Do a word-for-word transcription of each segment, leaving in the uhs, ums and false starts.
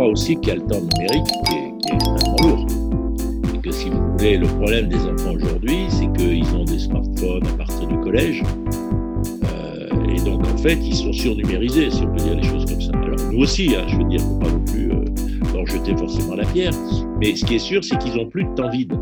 crois aussi qu'il y a le temps numérique qui est, qui est extrêmement lourd. Et que si vous voulez, le problème des enfants aujourd'hui, c'est qu'ils ont des smartphones à partir du collège. Euh, et donc, en fait, ils sont surnumérisés, si on peut dire les choses comme ça. Alors, nous aussi, hein, je veux dire, il ne faut pas non plus euh, leur jeter forcément la pierre. Mais ce qui est sûr, c'est qu'ils n'ont plus de temps vide.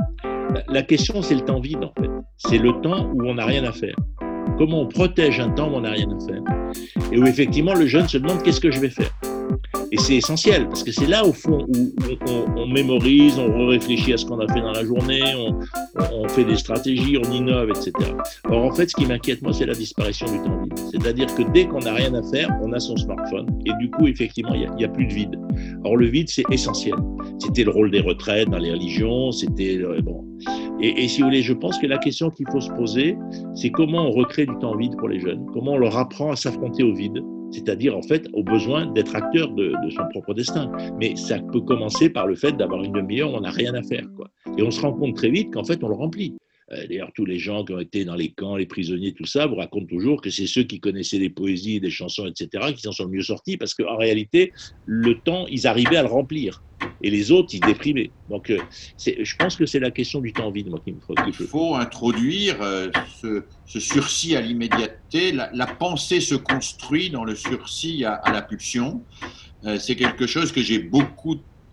La, la question, c'est le temps vide, en fait. C'est le temps où on n'a rien à faire. Comment on protège un temps où on n'a rien à faire. Et où, effectivement, le jeune se demande qu'est-ce que je vais faire. Et c'est essentiel, parce que c'est là, au fond, où on, on, on mémorise, on réfléchit à ce qu'on a fait dans la journée, on, on fait des stratégies, on innove, et cetera. Or, en fait, ce qui m'inquiète, moi, c'est la disparition du temps vide. C'est-à-dire que dès qu'on n'a rien à faire, on a son smartphone, et du coup, effectivement, il n'y a, a plus de vide. Or, le vide, c'est essentiel. C'était le rôle des retraites dans les religions, c'était... Euh, bon. Et, et si vous voulez, je pense que la question qu'il faut se poser, c'est comment on recrée du temps vide pour les jeunes, comment on leur apprend à s'affronter au vide, c'est-à-dire en fait au besoin d'être acteur de, de son propre destin. Mais ça peut commencer par le fait d'avoir une demi-heure où on n'a rien à faire, quoi. Et on se rend compte très vite qu'en fait on le remplit. Euh, d'ailleurs, tous les gens qui ont été dans les camps, les prisonniers, tout ça, vous racontent toujours que c'est ceux qui connaissaient des poésies, des chansons, et cetera, qui s'en sont le mieux sortis, parce qu'en réalité, le temps, ils arrivaient à le remplir. Et les autres, ils déprimaient. Donc, euh, c'est, je pense que c'est la question du temps vide, moi, qui me préoccupe. Il faut introduire euh, ce, ce sursis à l'immédiateté. La, la pensée se construit dans le sursis à, à la pulsion. Euh, c'est quelque chose que j'ai beaucoup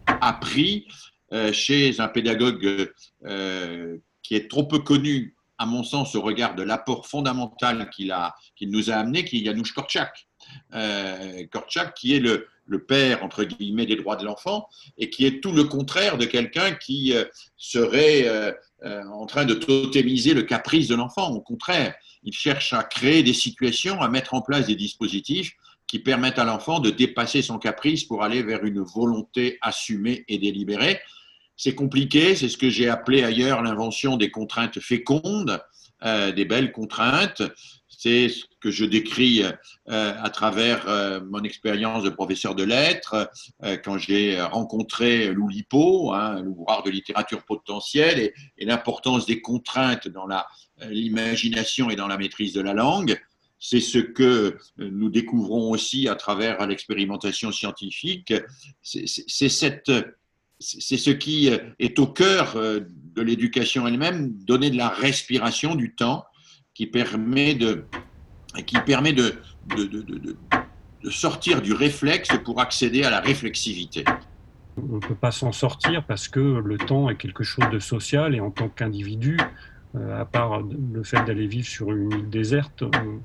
appris euh, chez un pédagogue euh, qui est trop peu connu, à mon sens, au regard de l'apport fondamental qu'il, a, qu'il nous a amené, qui est Janusz Korczak. Euh, Korczak, qui est le, le père, entre guillemets, des droits de l'enfant, et qui est tout le contraire de quelqu'un qui euh, serait euh, euh, en train de totémiser le caprice de l'enfant. Au contraire, il cherche à créer des situations, à mettre en place des dispositifs qui permettent à l'enfant de dépasser son caprice pour aller vers une volonté assumée et délibérée. C'est compliqué, c'est ce que j'ai appelé ailleurs l'invention des contraintes fécondes, euh, des belles contraintes. C'est ce que je décris euh, à travers euh, mon expérience de professeur de lettres, euh, quand j'ai rencontré l'Oulipo, hein, l'ouvrage de littérature potentielle, et, et l'importance des contraintes dans la, l'imagination et dans la maîtrise de la langue. C'est ce que nous découvrons aussi à travers l'expérimentation scientifique. C'est, c'est, c'est cette... C'est ce qui est au cœur de l'éducation elle-même, donner de la respiration, du temps, qui permet de, qui permet de, de, de, de, de sortir du réflexe pour accéder à la réflexivité. On ne peut pas s'en sortir parce que le temps est quelque chose de social, et en tant qu'individu, à part le fait d'aller vivre sur une île déserte,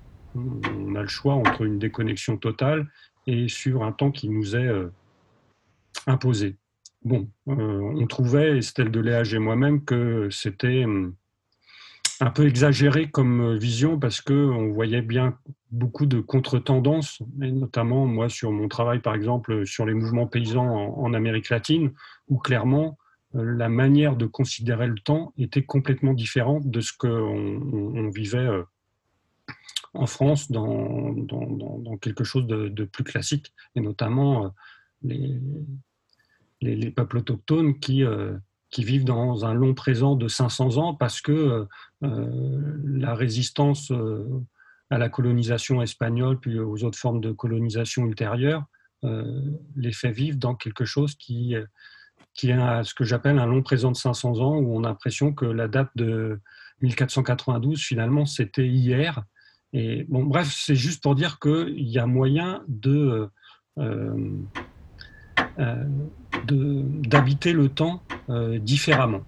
on a le choix entre une déconnexion totale et sur un temps qui nous est imposé. Bon, euh, on trouvait, Estelle Deléage et moi-même, que c'était un peu exagéré comme vision, parce qu'on voyait bien beaucoup de contre-tendances, et notamment moi sur mon travail par exemple sur les mouvements paysans en, en Amérique latine, où clairement euh, la manière de considérer le temps était complètement différente de ce qu'on on, on vivait euh, en France dans, dans, dans, dans quelque chose de, de plus classique, et notamment euh, les... Les, les peuples autochtones qui, euh, qui vivent dans un long présent de cinq cents ans, parce que euh, la résistance euh, à la colonisation espagnole, puis aux autres formes de colonisation ultérieure, euh, les fait vivre dans quelque chose qui, qui a ce que j'appelle un long présent de cinq cents ans, où on a l'impression que la date de mille quatre cent quatre-vingt-douze, finalement, c'était hier. Et, bon, bref, c'est juste pour dire qu'il y a moyen de... Euh, Euh, de, d'habiter le temps euh, différemment.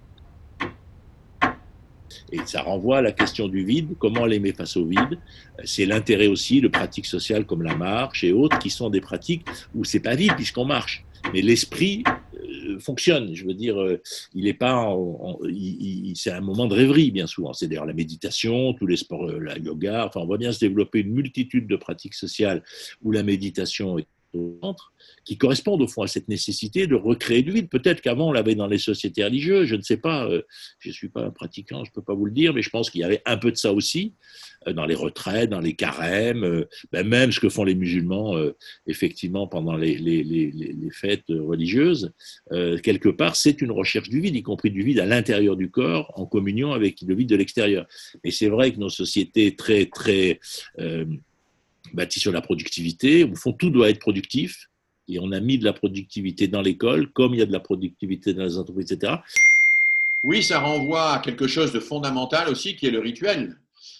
Et ça renvoie à la question du vide, comment l'aimer face au vide. C'est l'intérêt aussi de pratiques sociales comme la marche et autres, qui sont des pratiques où c'est pas vide puisqu'on marche, mais l'esprit euh, fonctionne. Je veux dire, euh, il est pas, en, en, il, il, c'est un moment de rêverie bien souvent. C'est d'ailleurs la méditation, tous les sports, euh, la yoga. Enfin, on voit bien se développer une multitude de pratiques sociales où la méditation est au centre, qui correspondent au fond à cette nécessité de recréer du vide. Peut-être qu'avant on l'avait dans les sociétés religieuses, je ne sais pas, euh, je ne suis pas un pratiquant, je ne peux pas vous le dire, mais je pense qu'il y avait un peu de ça aussi, euh, dans les retraites, dans les carèmes, euh, ben même ce que font les musulmans, euh, effectivement, pendant les, les, les, les fêtes religieuses. Euh, quelque part, c'est une recherche du vide, y compris du vide à l'intérieur du corps, en communion avec le vide de l'extérieur. Et c'est vrai que nos sociétés très, très... Euh, bâti sur la productivité, au fond tout doit être productif, et on a mis de la productivité dans l'école, comme il y a de la productivité dans les entreprises, et cetera. Oui, ça renvoie à quelque chose de fondamental aussi, qui est le rituel.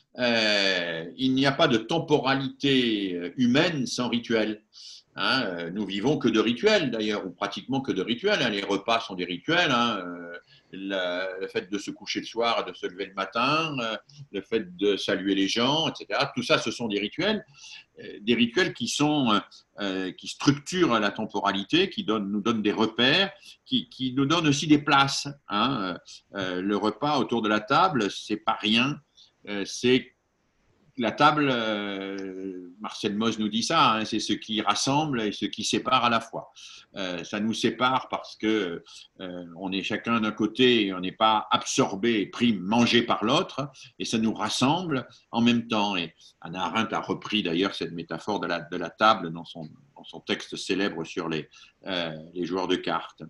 Euh, il n'y a pas de temporalité humaine sans rituel. Hein, nous vivons que de rituels d'ailleurs, ou pratiquement que de rituels. Hein. Les repas sont des rituels. Hein. Le, le fait de se coucher le soir et de se lever le matin, le fait de saluer les gens, et cetera. Tout ça, ce sont des rituels. Des rituels qui, sont, euh, qui structurent la temporalité, qui donnent, nous donnent des repères, qui, qui nous donnent aussi des places. Hein. Euh, le repas autour de la table, c'est pas rien. Euh, c'est la table, euh, Marcel Mauss nous dit ça, hein, c'est ce qui rassemble et ce qui sépare à la fois. Euh, ça nous sépare parce que euh, on est chacun d'un côté et on n'est pas absorbé, pris, mangé par l'autre, et ça nous rassemble en même temps. Et Hannah Arendt a repris d'ailleurs cette métaphore de la, de la table dans son, dans son texte célèbre sur les, euh, les joueurs de cartes.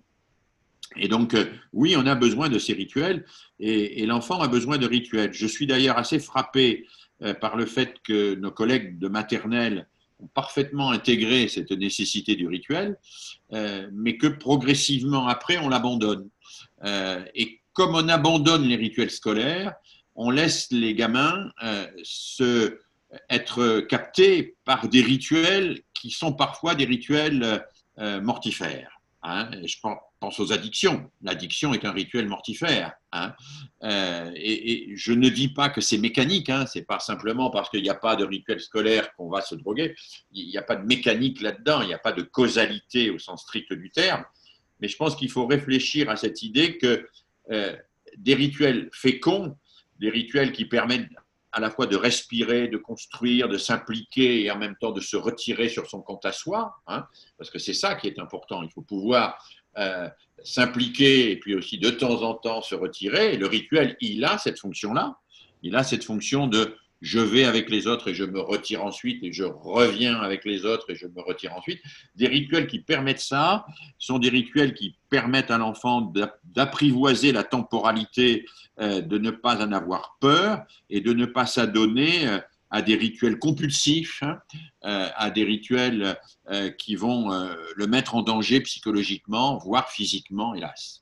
Et donc, euh, oui, on a besoin de ces rituels et, et l'enfant a besoin de rituels. Je suis d'ailleurs assez frappé euh, par le fait que nos collègues de maternelle ont parfaitement intégré cette nécessité du rituel, euh, mais que progressivement après, on l'abandonne. Euh, et comme on abandonne les rituels scolaires, on laisse les gamins euh, se, être captés par des rituels qui sont parfois des rituels euh, mortifères. Hein, je pense aux addictions. L'addiction est un rituel mortifère. Hein, euh, et, et je ne dis pas que c'est mécanique. Hein, c'est pas simplement parce qu'il n'y a pas de rituel scolaire qu'on va se droguer. Il n'y a pas de mécanique là-dedans. Il n'y a pas de causalité au sens strict du terme. Mais je pense qu'il faut réfléchir à cette idée que euh, des rituels féconds, des rituels qui permettent à la fois de respirer, de construire, de s'impliquer et en même temps de se retirer sur son compte à soi, hein, parce que c'est ça qui est important. Il faut pouvoir euh, s'impliquer et puis aussi de temps en temps se retirer. Et le rituel, il a cette fonction-là. Il a cette fonction de je vais avec les autres et je me retire ensuite et je reviens avec les autres et je me retire ensuite. Des rituels qui permettent ça sont des rituels qui permettent à l'enfant d'apprivoiser la temporalité, euh, de ne pas en avoir peur et de ne pas s'adonner euh, à des rituels compulsifs, hein, euh, à des rituels euh, qui vont euh, le mettre en danger psychologiquement, voire physiquement, hélas.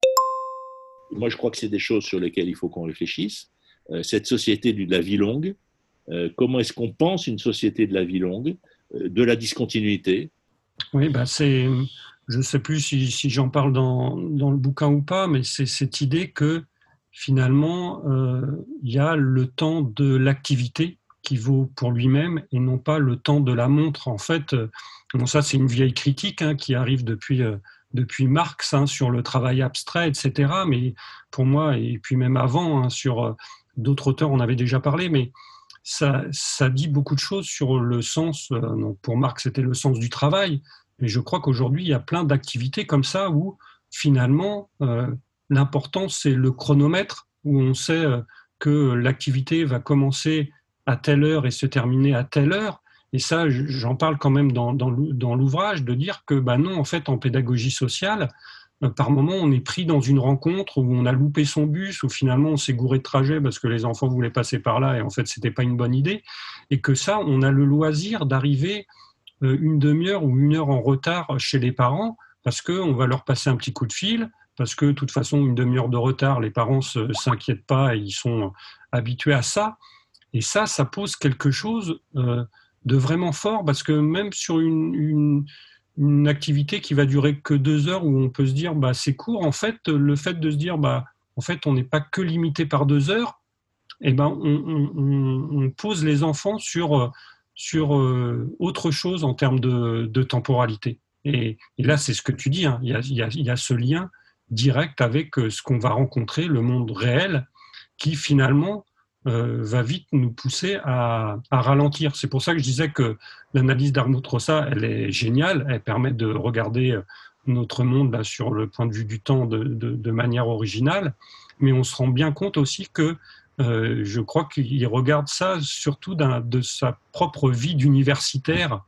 Moi, je crois que c'est des choses sur lesquelles il faut qu'on réfléchisse. Cette société de la vie longue, euh, comment est-ce qu'on pense une société de la vie longue, euh, de la discontinuité? Oui, bah c'est, je ne sais plus si, si j'en parle dans, dans le bouquin ou pas, mais c'est cette idée que finalement, euh, il y a le temps de l'activité qui vaut pour lui-même et non pas le temps de la montre. En fait, euh, bon, ça c'est une vieille critique hein, qui arrive depuis... Euh, depuis Marx hein, sur le travail abstrait, et cetera. Mais pour moi, et puis même avant, hein, sur euh, d'autres auteurs, on avait déjà parlé, mais ça, ça dit beaucoup de choses sur le sens, euh, non, pour Marx, c'était le sens du travail, mais je crois qu'aujourd'hui, il y a plein d'activités comme ça où, finalement, euh, l'important, c'est le chronomètre, où on sait euh, que l'activité va commencer à telle heure et se terminer à telle heure. Et ça, j'en parle quand même dans, dans, dans l'ouvrage, de dire que bah non, en fait, en pédagogie sociale, euh, par moment, on est pris dans une rencontre où on a loupé son bus, où finalement, on s'est gouré de trajet parce que les enfants voulaient passer par là et en fait, c'était pas une bonne idée. Et que ça, on a le loisir d'arriver euh, une demi-heure ou une heure en retard chez les parents parce qu'on va leur passer un petit coup de fil, parce que de toute façon, une demi-heure de retard, les parents ne s'inquiètent pas et ils sont habitués à ça. Et ça, ça pose quelque chose... Euh, de vraiment fort, parce que même sur une, une, une activité qui va durer que deux heures, où on peut se dire bah, c'est court, en fait, le fait de se dire bah, en fait, on n'est pas que limité par deux heures, eh ben, on, on, on pose les enfants sur, sur euh, autre chose en termes de, de temporalité. Et, et là, c'est ce que tu dis, hein, il y a, il y a, il y a ce lien direct avec ce qu'on va rencontrer, le monde réel, qui finalement Euh, va vite nous pousser à, à ralentir. C'est pour ça que je disais que l'analyse d'Arnaud Trossa, elle est géniale, elle permet de regarder notre monde là, sur le point de vue du temps de, de, de manière originale, mais on se rend bien compte aussi que euh, je crois qu'il regarde ça surtout d'un, de sa propre vie d'universitaire,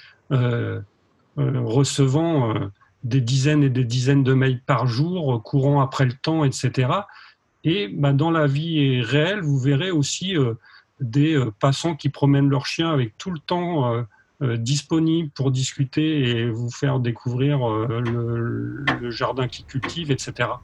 euh, euh, recevant euh, des dizaines et des dizaines de mails par jour, courant après le temps, et cetera. Et bah, dans la vie réelle, vous verrez aussi euh, des euh, passants qui promènent leur chien avec tout le temps euh, euh, disponible pour discuter et vous faire découvrir euh, le, le jardin qu'ils cultivent, et cetera.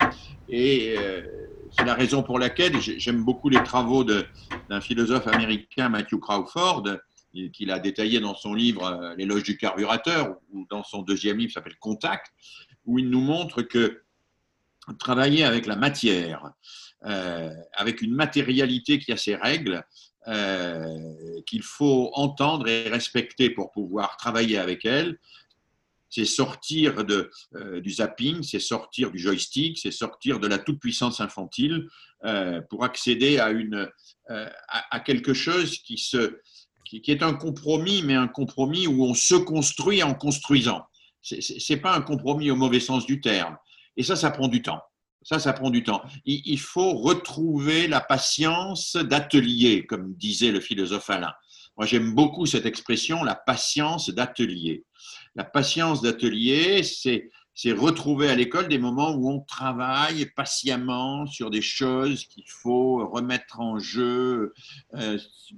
Et euh, c'est la raison pour laquelle j'aime beaucoup les travaux de, d'un philosophe américain, Matthew Crawford, qu'il a détaillé dans son livre L'éloge du carburateur, ou dans son deuxième livre qui s'appelle Contact, où il nous montre que travailler avec la matière, euh, avec une matérialité qui a ses règles, euh, qu'il faut entendre et respecter pour pouvoir travailler avec elle, c'est sortir de, euh, du zapping, c'est sortir du joystick, c'est sortir de la toute-puissance infantile euh, pour accéder à, une, euh, à, à quelque chose qui, se, qui, qui est un compromis, mais un compromis où on se construit en construisant. Ce n'est pas un compromis au mauvais sens du terme. Et ça, ça prend du temps. Ça, ça prend du temps. Il, il faut retrouver la patience d'atelier, comme disait le philosophe Alain. Moi, j'aime beaucoup cette expression, la patience d'atelier. La patience d'atelier, c'est, c'est retrouver à l'école des moments où on travaille patiemment sur des choses qu'il faut remettre en jeu euh,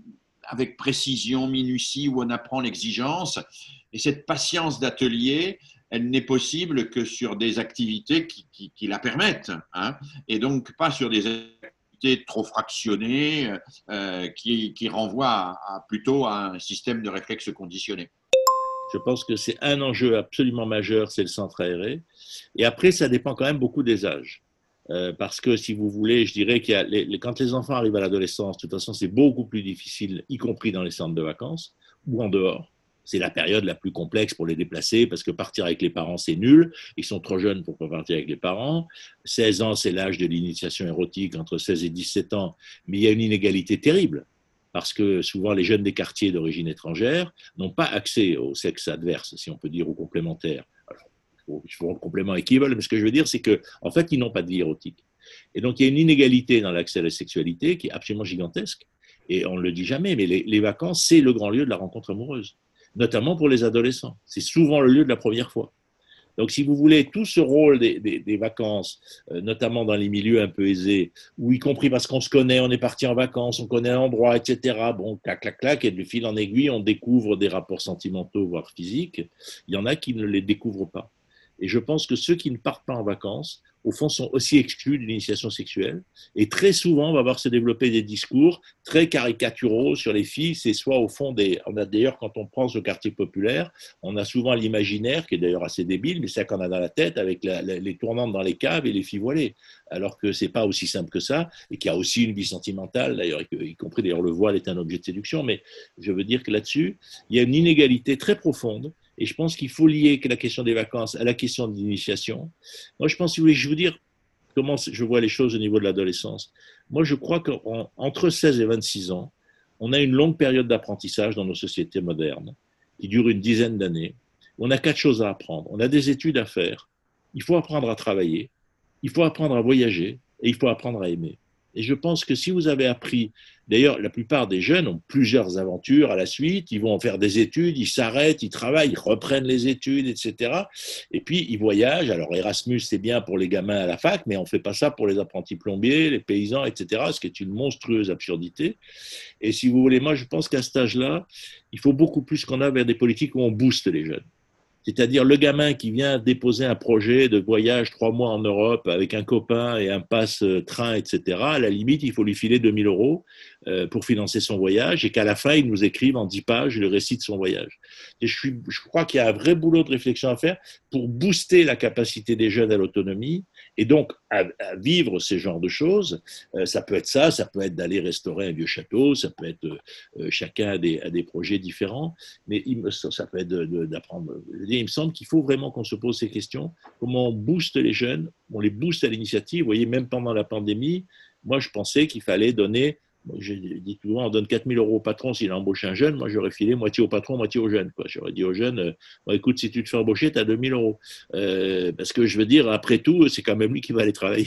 avec précision, minutie, où on apprend l'exigence. Et cette patience d'atelier, elle n'est possible que sur des activités qui, qui, qui la permettent, hein, et donc pas sur des activités trop fractionnées euh, qui, qui renvoient à, à, plutôt à un système de réflexe conditionné. Je pense que c'est un enjeu absolument majeur, c'est le centre aéré. Et après, ça dépend quand même beaucoup des âges. Euh, parce que si vous voulez, je dirais qu'il y a les, les, quand les enfants arrivent à l'adolescence, de toute façon, c'est beaucoup plus difficile, y compris dans les centres de vacances ou en dehors. C'est la période la plus complexe pour les déplacer parce que partir avec les parents, c'est nul. Ils sont trop jeunes pour partir avec les parents. seize ans, c'est l'âge de l'initiation érotique, entre seize et dix-sept ans. Mais il y a une inégalité terrible parce que souvent, les jeunes des quartiers d'origine étrangère n'ont pas accès au sexe adverse, si on peut dire, au complémentaire. Alors, je fais un complément équivalent, mais ce que je veux dire, c'est qu'en en fait, ils n'ont pas de vie érotique. Et donc, il y a une inégalité dans l'accès à la sexualité qui est absolument gigantesque. Et on ne le dit jamais, mais les, les vacances, c'est le grand lieu de la rencontre amoureuse, notamment pour les adolescents. C'est souvent le lieu de la première fois. Donc, si vous voulez, tout ce rôle des, des, des vacances, euh, notamment dans les milieux un peu aisés, où y compris parce qu'on se connaît, on est parti en vacances, on connaît l'endroit, et cetera, bon, clac, clac, clac, et de fil en aiguille, on découvre des rapports sentimentaux, voire physiques. Il y en a qui ne les découvrent pas. Et je pense que ceux qui ne partent pas en vacances, au fond, sont aussi exclus de l'initiation sexuelle. Et très souvent, on va voir se développer des discours très caricaturaux sur les filles. C'est soit au fond des... On a d'ailleurs, quand on prend ce quartier populaire, on a souvent l'imaginaire, qui est d'ailleurs assez débile, mais c'est ça qu'on a dans la tête, avec la, la, les tournantes dans les caves et les filles voilées. Alors que c'est pas aussi simple que ça, et qu'il y a aussi une vie sentimentale, d'ailleurs, y compris d'ailleurs le voile est un objet de séduction. Mais je veux dire que là-dessus, il y a une inégalité très profonde. Et je pense qu'il faut lier la question des vacances à la question de l'initiation. Moi, je pense, si vous voulez, je vous dire comment je vois les choses au niveau de l'adolescence. Moi, je crois qu'entre seize et vingt-six ans, on a une longue période d'apprentissage dans nos sociétés modernes, qui dure une dizaine d'années. On a quatre choses à apprendre. On a des études à faire. Il faut apprendre à travailler. Il faut apprendre à voyager. Et il faut apprendre à aimer. Et je pense que si vous avez appris, d'ailleurs, la plupart des jeunes ont plusieurs aventures à la suite, ils vont faire des études, ils s'arrêtent, ils travaillent, ils reprennent les études, et cetera. Et puis, ils voyagent. Alors, Erasmus, c'est bien pour les gamins à la fac, mais on ne fait pas ça pour les apprentis plombiers, les paysans, et cetera, ce qui est une monstrueuse absurdité. Et si vous voulez, moi, je pense qu'à cet âge-là, il faut beaucoup plus qu'on a vers des politiques où on booste les jeunes. C'est-à-dire le gamin qui vient déposer un projet de voyage trois mois en Europe avec un copain et un passe-train, et cetera. À la limite, il faut lui filer deux mille euros pour financer son voyage et qu'à la fin, il nous écrive en dix pages le récit de son voyage. Et je, suis, je crois qu'il y a un vrai boulot de réflexion à faire pour booster la capacité des jeunes à l'autonomie et donc à, à vivre ces genres de choses. Euh, ça peut être ça, ça peut être d'aller restaurer un vieux château, ça peut être euh, chacun a des, a des projets différents, mais il me, ça peut être de, de, d'apprendre. Il me semble qu'il faut vraiment qu'on se pose ces questions. Comment on booste les jeunes, on les booste à l'initiative. Vous voyez, même pendant la pandémie, moi, je pensais qu'il fallait donner, je dis souvent, on donne quatre mille euros au patron s'il embauche un jeune. Moi, j'aurais filé moitié au patron, moitié aux jeunes. Quoi. J'aurais dit aux jeunes, euh, bon, écoute, si tu te fais embaucher, tu as deux mille euros. Euh, parce que je veux dire, après tout, c'est quand même lui qui va aller travailler.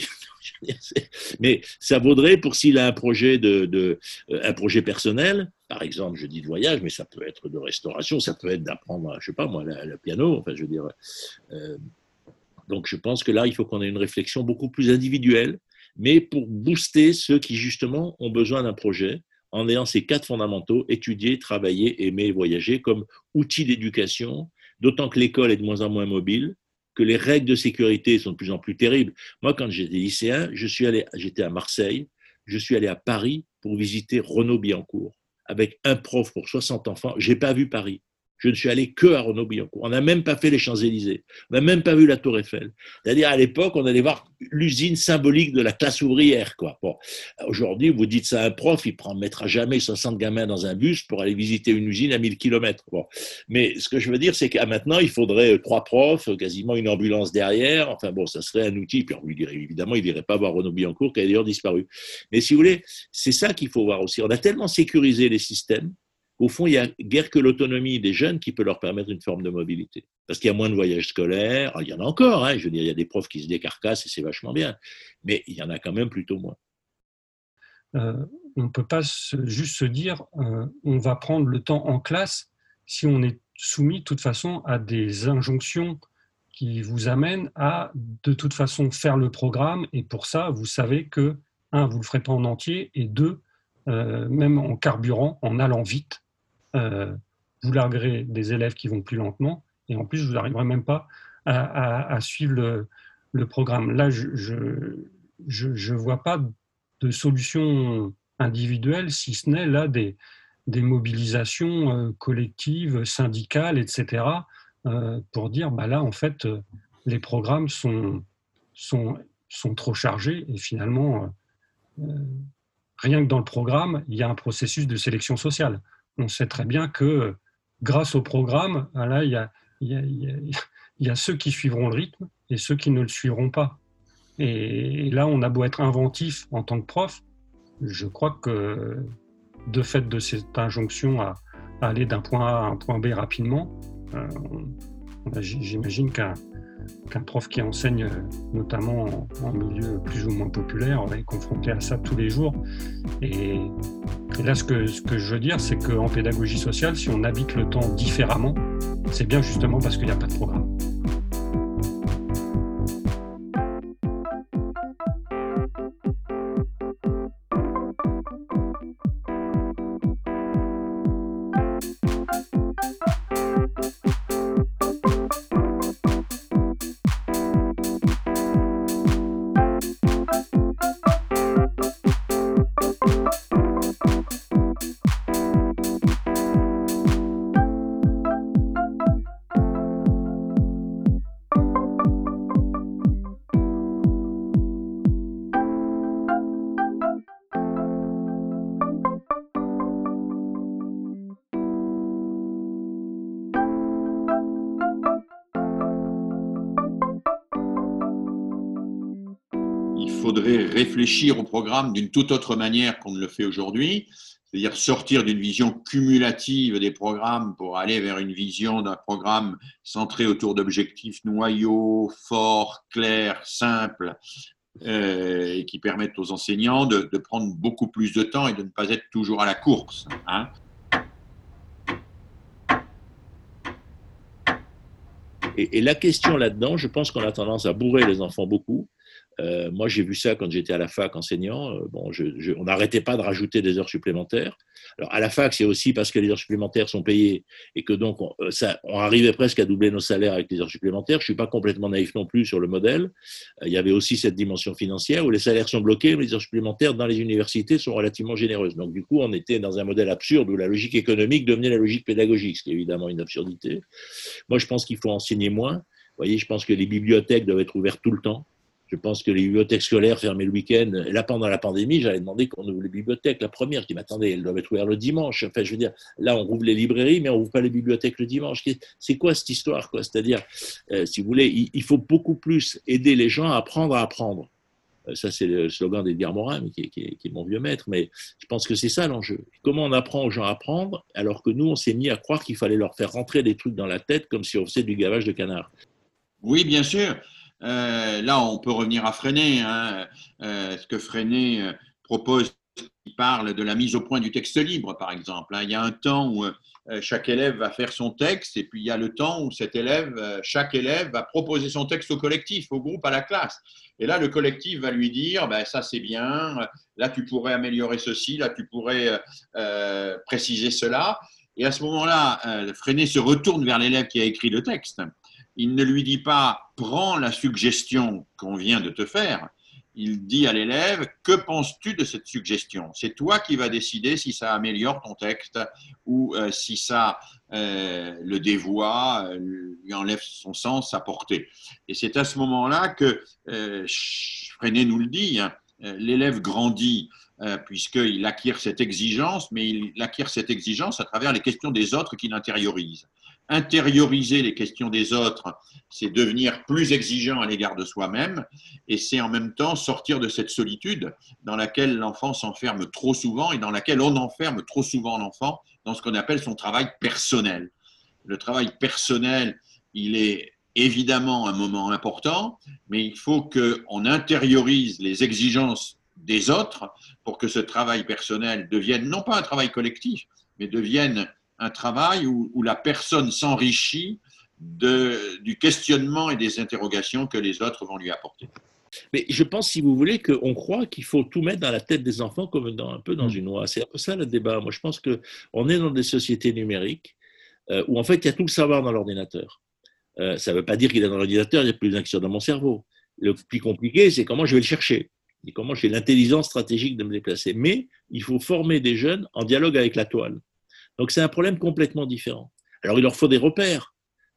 Mais ça vaudrait pour s'il a un projet, de, de, un projet personnel, par exemple, je dis de voyage, mais ça peut être de restauration, ça peut être d'apprendre, je sais pas moi, le, le piano, enfin, je veux dire. Euh, donc, je pense que là, il faut qu'on ait une réflexion beaucoup plus individuelle, mais pour booster ceux qui, justement, ont besoin d'un projet, en ayant ces quatre fondamentaux, étudier, travailler, aimer, voyager, comme outil d'éducation, d'autant que l'école est de moins en moins mobile, que les règles de sécurité sont de plus en plus terribles. Moi, quand j'étais lycéen, je suis allé, j'étais à Marseille, je suis allé à Paris pour visiter Renaud-Billancourt, avec un prof pour soixante enfants. Je n'ai pas vu Paris. Je ne suis allé que à Renaud-Billancourt. On n'a même pas fait les Champs-Élysées. On n'a même pas vu la Tour Eiffel. C'est-à-dire, à l'époque, on allait voir l'usine symbolique de la classe ouvrière, quoi. Bon. Aujourd'hui, vous dites ça à un prof, il ne mettra jamais soixante gamins dans un bus pour aller visiter une usine à mille kilomètres. Bon. Mais ce que je veux dire, c'est qu'à maintenant, il faudrait trois profs, quasiment une ambulance derrière. Enfin bon, ça serait un outil. Puis on lui dirait, évidemment, il n'irait pas voir Renaud-Billancourt, qui a d'ailleurs disparu. Mais si vous voulez, c'est ça qu'il faut voir aussi. On a tellement sécurisé les systèmes, au fond, il n'y a guère que l'autonomie des jeunes qui peut leur permettre une forme de mobilité. Parce qu'il y a moins de voyages scolaires, il y en a encore, hein, je veux dire, il y a des profs qui se décarcassent et c'est vachement bien, mais il y en a quand même plutôt moins. Euh, on ne peut pas se, juste se dire euh, on va prendre le temps en classe si on est soumis de toute façon à des injonctions qui vous amènent à de toute façon faire le programme, et pour ça, vous savez que, un, vous ne le ferez pas en entier, et deux, euh, même en carburant, en allant vite, Euh, vous larguerez des élèves qui vont plus lentement, et en plus, vous n'arriverez même pas à, à, à suivre le, le programme. Là, je ne je, je vois pas de solution individuelle, si ce n'est là des, des mobilisations euh, collectives, syndicales, et cetera, euh, pour dire, bah là, en fait, euh, les programmes sont, sont, sont trop chargés, et finalement, euh, rien que dans le programme, il y a un processus de sélection sociale. On sait très bien que grâce au programme, là, il y a, il y a, il y a, il y a ceux qui suivront le rythme et ceux qui ne le suivront pas. Et là, on a beau être inventif en tant que prof, je crois que de fait de cette injonction à, à aller d'un point A à un point B rapidement, euh, on, j'imagine qu'un qu'un prof qui enseigne notamment en, en milieu plus ou moins populaire est confronté à ça tous les jours. Et, et là, ce que, ce que je veux dire, c'est qu'en pédagogie sociale, si on habite le temps différemment, c'est bien justement parce qu'il n'y a pas de programme. Il faudrait réfléchir au programme d'une toute autre manière qu'on ne le fait aujourd'hui, c'est-à-dire sortir d'une vision cumulative des programmes pour aller vers une vision d'un programme centré autour d'objectifs noyaux, forts, clairs, simples, euh, et qui permettent aux enseignants de, de prendre beaucoup plus de temps et de ne pas être toujours à la course, hein. Et, et la question là-dedans, je pense qu'on a tendance à bourrer les enfants beaucoup. Euh, moi, j'ai vu ça quand j'étais à la fac enseignant. Euh, bon, je, je, on n'arrêtait pas de rajouter des heures supplémentaires. Alors, à la fac, c'est aussi parce que les heures supplémentaires sont payées et que donc, on, ça, on arrivait presque à doubler nos salaires avec les heures supplémentaires. Je ne suis pas complètement naïf non plus sur le modèle. Euh, il y avait aussi cette dimension financière où les salaires sont bloqués, mais les heures supplémentaires dans les universités sont relativement généreuses. Donc, du coup, on était dans un modèle absurde où la logique économique devenait la logique pédagogique, ce qui est évidemment une absurdité. Moi, je pense qu'il faut enseigner moins. Vous voyez, je pense que les bibliothèques doivent être ouvertes tout le temps. Je pense que les bibliothèques scolaires fermées le week-end, et là pendant la pandémie, j'avais demandé qu'on ouvre les bibliothèques. La première, je dis, mais attendez, elles doivent être ouvertes le dimanche. Enfin, je veux dire, là, on rouvre les librairies, mais on n'ouvre pas les bibliothèques le dimanche. C'est quoi cette histoire, quoi? C'est-à-dire, euh, si vous voulez, il, il faut beaucoup plus aider les gens à apprendre à apprendre. Euh, ça, c'est le slogan d'Edgar Morin, qui, qui, qui est mon vieux maître, mais je pense que c'est ça l'enjeu. Comment on apprend aux gens à apprendre, alors que nous, on s'est mis à croire qu'il fallait leur faire rentrer des trucs dans la tête comme si on faisait du gavage de canard. Oui, bien sûr. Euh, là, on peut revenir à Freinet, hein. Euh, ce que Freinet euh, propose, il parle de la mise au point du texte libre, par exemple. Hein. Il y a un temps où euh, chaque élève va faire son texte et puis il y a le temps où cet élève, euh, chaque élève va proposer son texte au collectif, au groupe, à la classe. Et là, le collectif va lui dire, ben, ça c'est bien, là tu pourrais améliorer ceci, là tu pourrais euh, préciser cela. Et à ce moment-là, euh, Freinet se retourne vers l'élève qui a écrit le texte. Il ne lui dit pas « prends la suggestion qu'on vient de te faire ». Il dit à l'élève « que penses-tu de cette suggestion ?» C'est toi qui vas décider si ça améliore ton texte ou euh, si ça euh, le dévoie, euh, lui enlève son sens, sa portée. Et c'est à ce moment-là que euh, Freinet nous le dit, hein, l'élève grandit euh, puisqu'il acquiert cette exigence, mais il acquiert cette exigence à travers les questions des autres qu'il intériorise. Intérioriser les questions des autres, c'est devenir plus exigeant à l'égard de soi-même et c'est en même temps sortir de cette solitude dans laquelle l'enfant s'enferme trop souvent et dans laquelle on enferme trop souvent l'enfant dans ce qu'on appelle son travail personnel. Le travail personnel, il est évidemment un moment important, mais il faut qu'on intériorise les exigences des autres pour que ce travail personnel devienne non pas un travail collectif, mais devienne un travail où, où la personne s'enrichit de, du questionnement et des interrogations que les autres vont lui apporter. Mais je pense, si vous voulez, qu'on croit qu'il faut tout mettre dans la tête des enfants comme dans, un peu dans une oie. C'est un peu ça le débat. Moi, je pense qu'on est dans des sociétés numériques euh, où en fait, il y a tout le savoir dans l'ordinateur. Euh, ça ne veut pas dire qu'il est dans l'ordinateur, il y a plus d'informations dans mon cerveau. Le plus compliqué, c'est comment je vais le chercher et comment j'ai l'intelligence stratégique de me déplacer. Mais il faut former des jeunes en dialogue avec la toile. Donc, c'est un problème complètement différent. Alors, il leur faut des repères.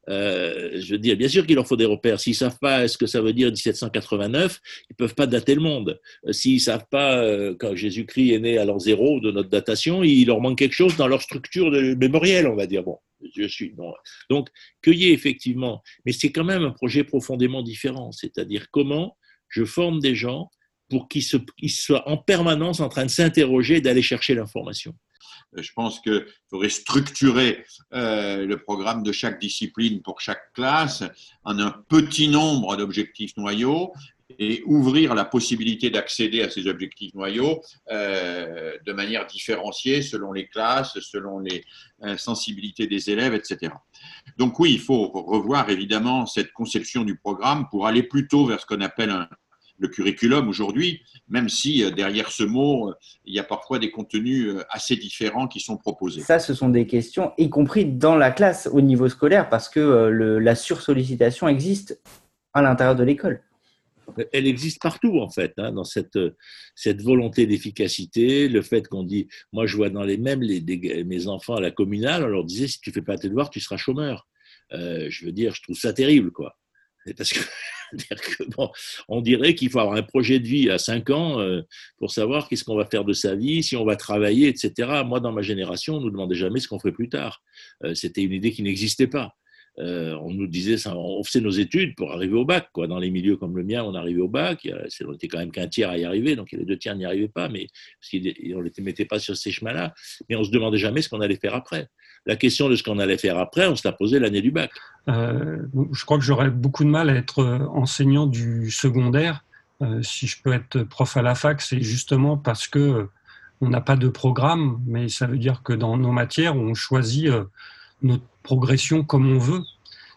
Euh, je veux dire, bien sûr qu'il leur faut des repères. S'ils ne savent pas ce que ça veut dire dix-sept cent quatre-vingt-neuf, ils ne peuvent pas dater le monde. S'ils ne savent pas euh, quand Jésus-Christ est né à l'an zéro de notre datation, il leur manque quelque chose dans leur structure de, mémorielle, on va dire. Bon, je suis. Non. Donc, qu'il y ait effectivement, mais c'est quand même un projet profondément différent. C'est-à-dire comment je forme des gens pour qu'ils, se, qu'ils soient en permanence en train de s'interroger et d'aller chercher l'information. Je pense qu'il faudrait structurer euh, le programme de chaque discipline pour chaque classe en un petit nombre d'objectifs noyaux et ouvrir la possibilité d'accéder à ces objectifs noyaux euh, de manière différenciée selon les classes, selon les euh, sensibilités des élèves, et cetera. Donc oui, il faut revoir évidemment cette conception du programme pour aller plutôt vers ce qu'on appelle un le curriculum aujourd'hui, même si derrière ce mot, il y a parfois des contenus assez différents qui sont proposés. Ça, ce sont des questions, y compris dans la classe, au niveau scolaire, parce que le, la sursollicitation existe à l'intérieur de l'école. Elle existe partout, en fait, hein, dans cette, cette volonté d'efficacité, le fait qu'on dit, moi je vois dans les mêmes les, les, mes enfants à la communale, on leur disait, si tu ne fais pas tes devoirs, tu seras chômeur. Euh, je veux dire, je trouve ça terrible, quoi. Parce que, que bon, on dirait qu'il faut avoir un projet de vie à cinq ans euh, pour savoir qu'est-ce qu'on va faire de sa vie, si on va travailler, et cetera. Moi, dans ma génération, on ne nous demandait jamais ce qu'on ferait plus tard. Euh, c'était une idée qui n'existait pas. Euh, on nous disait, ça, on faisait nos études pour arriver au bac, quoi. Dans les milieux comme le mien, on arrivait au bac. On était quand même qu'un tiers à y arriver, donc les deux tiers n'y arrivaient pas, mais parce qu'on ne les mettait pas sur ces chemins-là. Mais on ne se demandait jamais ce qu'on allait faire après. La question de ce qu'on allait faire après, on se l'a posée l'année du bac. Euh, je crois que j'aurais beaucoup de mal à être enseignant du secondaire. Euh, si je peux être prof à la fac, c'est justement parce que on n'a pas de programme, mais ça veut dire que dans nos matières, on choisit euh, notre progression comme on veut.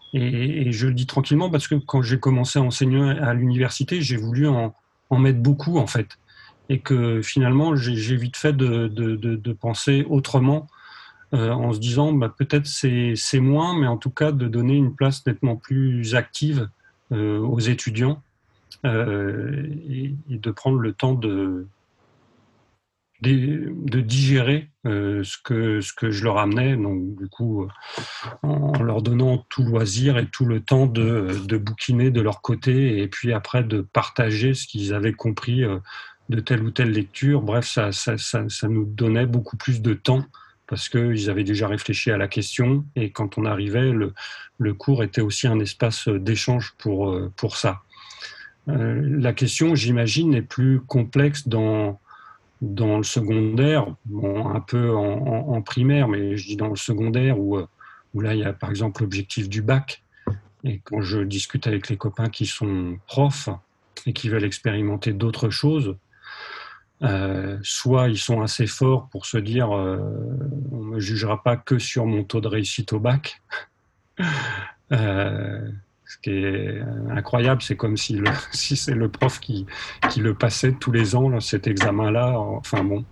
Et, et je le dis tranquillement parce que quand j'ai commencé à enseigner à l'université, j'ai voulu en, en mettre beaucoup, en fait. Et que finalement, j'ai, j'ai vite fait de, de, de, de penser autrement, euh, en se disant bah, peut-être c'est, c'est moins, mais en tout cas de donner une place nettement plus active euh, aux étudiants euh, et, et de prendre le temps de, de, de digérer euh, ce, que, ce que je leur amenais. Donc du coup, en leur donnant tout loisir et tout le temps de, de bouquiner de leur côté et puis après de partager ce qu'ils avaient compris euh, de telle ou telle lecture. Bref, ça, ça, ça, ça nous donnait beaucoup plus de temps parce qu'ils avaient déjà réfléchi à la question et quand on arrivait, le, le cours était aussi un espace d'échange pour, pour ça. Euh, la question, j'imagine, est plus complexe dans, dans le secondaire, bon, un peu en, en, en primaire, mais je dis dans le secondaire où, où là, il y a par exemple l'objectif du bac. Et quand je discute avec les copains qui sont profs et qui veulent expérimenter d'autres choses, Euh, soit ils sont assez forts pour se dire euh, on ne me jugera pas que sur mon taux de réussite au bac. euh, ce qui est incroyable, c'est comme si, le, si c'est le prof qui, qui le passait tous les ans, là, cet examen-là. Enfin bon.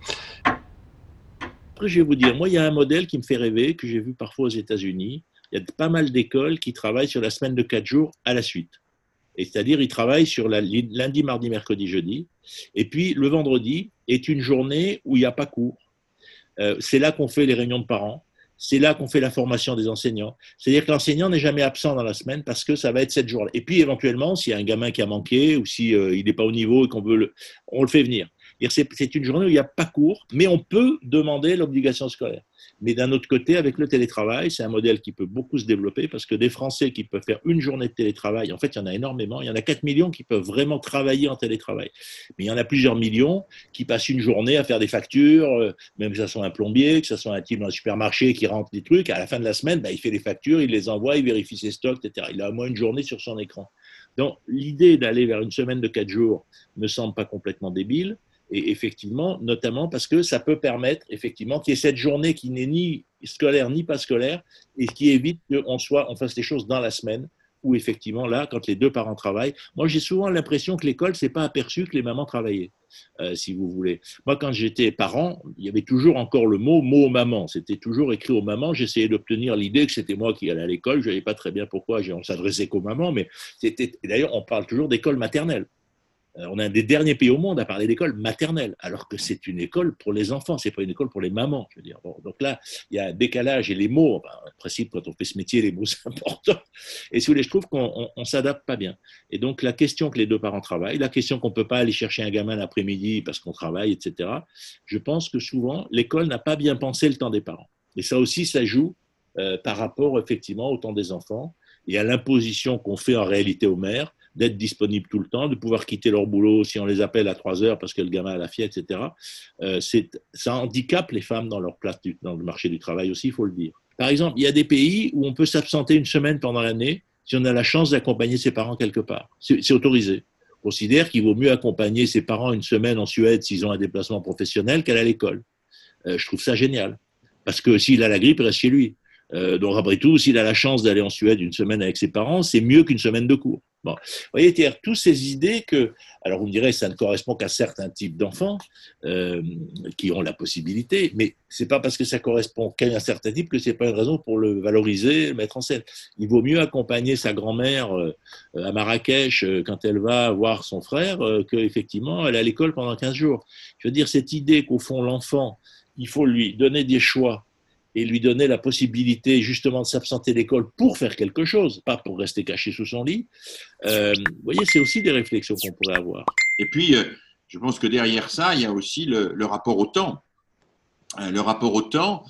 Après, je vais vous dire, moi, il y a un modèle qui me fait rêver, que j'ai vu parfois aux États-Unis. Il y a pas mal d'écoles qui travaillent sur la semaine de quatre jours à la suite. Et c'est-à-dire, ils travaillent sur la, lundi, mardi, mercredi, jeudi. Et puis, le vendredi est une journée où il n'y a pas cours. Euh, c'est là qu'on fait les réunions de parents. C'est là qu'on fait la formation des enseignants. C'est-à-dire que l'enseignant n'est jamais absent dans la semaine parce que ça va être cette journée. Et puis, éventuellement, s'il y a un gamin qui a manqué ou s'il euh, n'est pas au niveau et qu'on veut le… on le fait venir. C'est, c'est une journée où il n'y a pas cours, mais on peut demander l'obligation scolaire. Mais d'un autre côté, avec le télétravail, c'est un modèle qui peut beaucoup se développer parce que des Français qui peuvent faire une journée de télétravail, en fait, il y en a énormément. Il y en a quatre millions qui peuvent vraiment travailler en télétravail. Mais il y en a plusieurs millions qui passent une journée à faire des factures, même que ce soit un plombier, que ce soit un type dans un supermarché qui rentre des trucs. À la fin de la semaine, bah, il fait les factures, il les envoie, il vérifie ses stocks, et cetera. Il a au moins une journée sur son écran. Donc, l'idée d'aller vers une semaine de quatre jours ne me semble pas complètement débile. Et effectivement, notamment parce que ça peut permettre effectivement qu'il y ait cette journée qui n'est ni scolaire ni pas scolaire et qui évite qu'on soit, on fasse les choses dans la semaine où effectivement là, quand les deux parents travaillent, moi j'ai souvent l'impression que l'école s'est pas aperçu que les mamans travaillaient, euh, si vous voulez. Moi quand j'étais parent, il y avait toujours encore le mot mot maman, c'était toujours écrit aux mamans. J'essayais d'obtenir l'idée que c'était moi qui allais à l'école. Je ne savais pas très bien pourquoi on s'adressait qu'aux mamans, mais c'était. Et d'ailleurs on parle toujours d'école maternelle. On est un des derniers pays au monde à parler d'école maternelle, alors que c'est une école pour les enfants, c'est pas une école pour les mamans. Je veux dire. Bon, donc là, il y a un décalage et les mots, enfin, en principe, quand on fait ce métier, les mots, c'est important. Et si vous voulez, je trouve qu'on ne s'adapte pas bien. Et donc, la question que les deux parents travaillent, la question qu'on ne peut pas aller chercher un gamin l'après-midi parce qu'on travaille, et cetera, je pense que souvent, l'école n'a pas bien pensé le temps des parents. Et ça aussi, ça joue euh, par rapport, effectivement, au temps des enfants et à l'imposition qu'on fait en réalité aux mères d'être disponibles tout le temps, de pouvoir quitter leur boulot si on les appelle à trois heures parce que le gamin a la fièvre, et cetera. Euh, c'est, ça handicape les femmes dans leur place du, dans le marché du travail aussi, il faut le dire. Par exemple, il y a des pays où on peut s'absenter une semaine pendant l'année si on a la chance d'accompagner ses parents quelque part. C'est, c'est autorisé. On considère qu'il vaut mieux accompagner ses parents une semaine en Suède s'ils ont un déplacement professionnel qu'aller à l'école. Euh, je trouve ça génial. Parce que s'il a la grippe, il reste chez lui. Euh, donc après tout, s'il a la chance d'aller en Suède une semaine avec ses parents, c'est mieux qu'une semaine de cours. Bon, vous voyez, c'est-à-dire toutes ces idées que, alors vous me direz, ça ne correspond qu'à certains types d'enfants euh, qui ont la possibilité, mais c'est pas parce que ça correspond qu'à un certain type que c'est pas une raison pour le valoriser, le mettre en scène. Il vaut mieux accompagner sa grand-mère euh, à Marrakech euh, quand elle va voir son frère euh, qu'effectivement elle est à l'école pendant quinze jours. Je veux dire, cette idée qu'au fond l'enfant, il faut lui donner des choix et lui donner la possibilité justement de s'absenter de l'école pour faire quelque chose, pas pour rester caché sous son lit. Euh, vous voyez, c'est aussi des réflexions qu'on pourrait avoir. Et puis, euh, je pense que derrière ça, il y a aussi le, le rapport au temps. Euh, le rapport au temps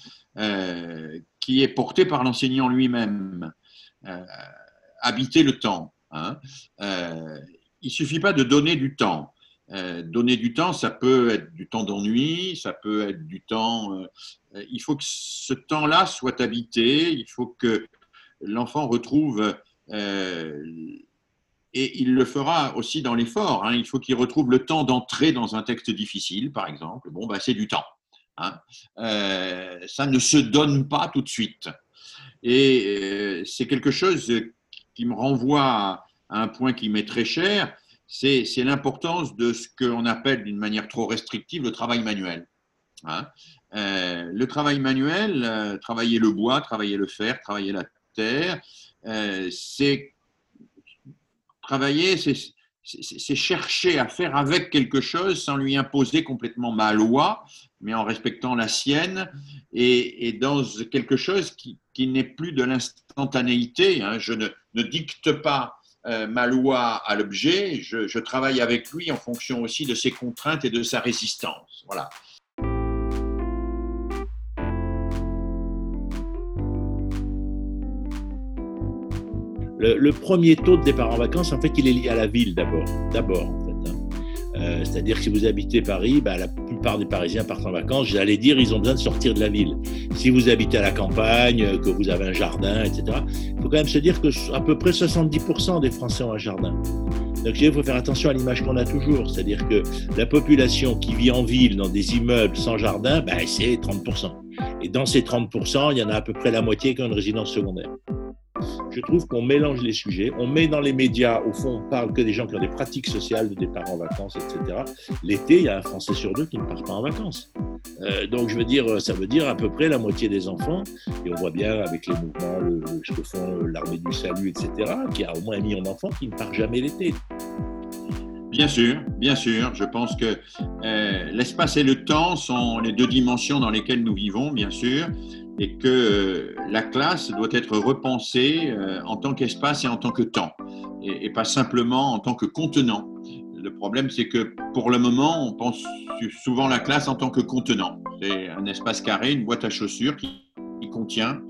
euh, qui est porté par l'enseignant lui-même. Euh, habiter le temps. Hein. Euh, il ne suffit pas de donner du temps. Euh, donner du temps, ça peut être du temps d'ennui, ça peut être du temps… Euh, il faut que ce temps-là soit habité, il faut que l'enfant retrouve… Euh, et il le fera aussi dans l'effort, hein, il faut qu'il retrouve le temps d'entrer dans un texte difficile, par exemple. Bon, bah, c'est du temps. Hein. Euh, ça ne se donne pas tout de suite. Et euh, c'est quelque chose qui me renvoie à, à un point qui m'est très cher, c'est, c'est l'importance de ce qu'on appelle d'une manière trop restrictive le travail manuel. Hein. Euh, le travail manuel, euh, travailler le bois, travailler le fer, travailler la terre, euh, c'est travailler, c'est, c'est, c'est chercher à faire avec quelque chose sans lui imposer complètement ma loi, mais en respectant la sienne et, et dans quelque chose qui, qui n'est plus de l'instantanéité. Hein. Je ne, ne dicte pas Euh, ma loi à l'objet, je, je travaille avec lui en fonction aussi de ses contraintes et de sa résistance. Voilà. Le, le premier taux de départ en vacances, en fait, il est lié à la ville d'abord. D'abord, en fait. Hein. Euh, c'est-à-dire que si vous habitez Paris, bah, la plupart des Parisiens partent en vacances. J'allais dire, ils ont besoin de sortir de la ville. Si vous habitez à la campagne, que vous avez un jardin, et cetera, il faut quand même se dire que à peu près soixante-dix pour cent des Français ont un jardin. Donc il faut faire attention à l'image qu'on a toujours, c'est-à-dire que la population qui vit en ville dans des immeubles sans jardin, ben, c'est trente pour cent. Et dans ces trente pour cent, il y en a à peu près la moitié qui ont une résidence secondaire. Je trouve qu'on mélange les sujets, on met dans les médias, au fond, on parle que des gens qui ont des pratiques sociales de départ en vacances, et cetera. L'été, il y a un Français sur deux qui ne part pas en vacances. Euh, donc, je veux dire, ça veut dire à peu près la moitié des enfants, et on voit bien avec les mouvements, le, ce que font l'armée du salut, et cetera, qu'il y a au moins un million d'enfants qui ne partent jamais l'été. Bien sûr, bien sûr. Je pense que euh, l'espace et le temps sont les deux dimensions dans lesquelles nous vivons, bien sûr, et que euh, la classe doit être repensée euh, en tant qu'espace et en tant que temps, et, et pas simplement en tant que contenant. Le problème, c'est que pour le moment, on pense souvent la classe en tant que contenant. C'est un espace carré, une boîte à chaussures qui qui contient,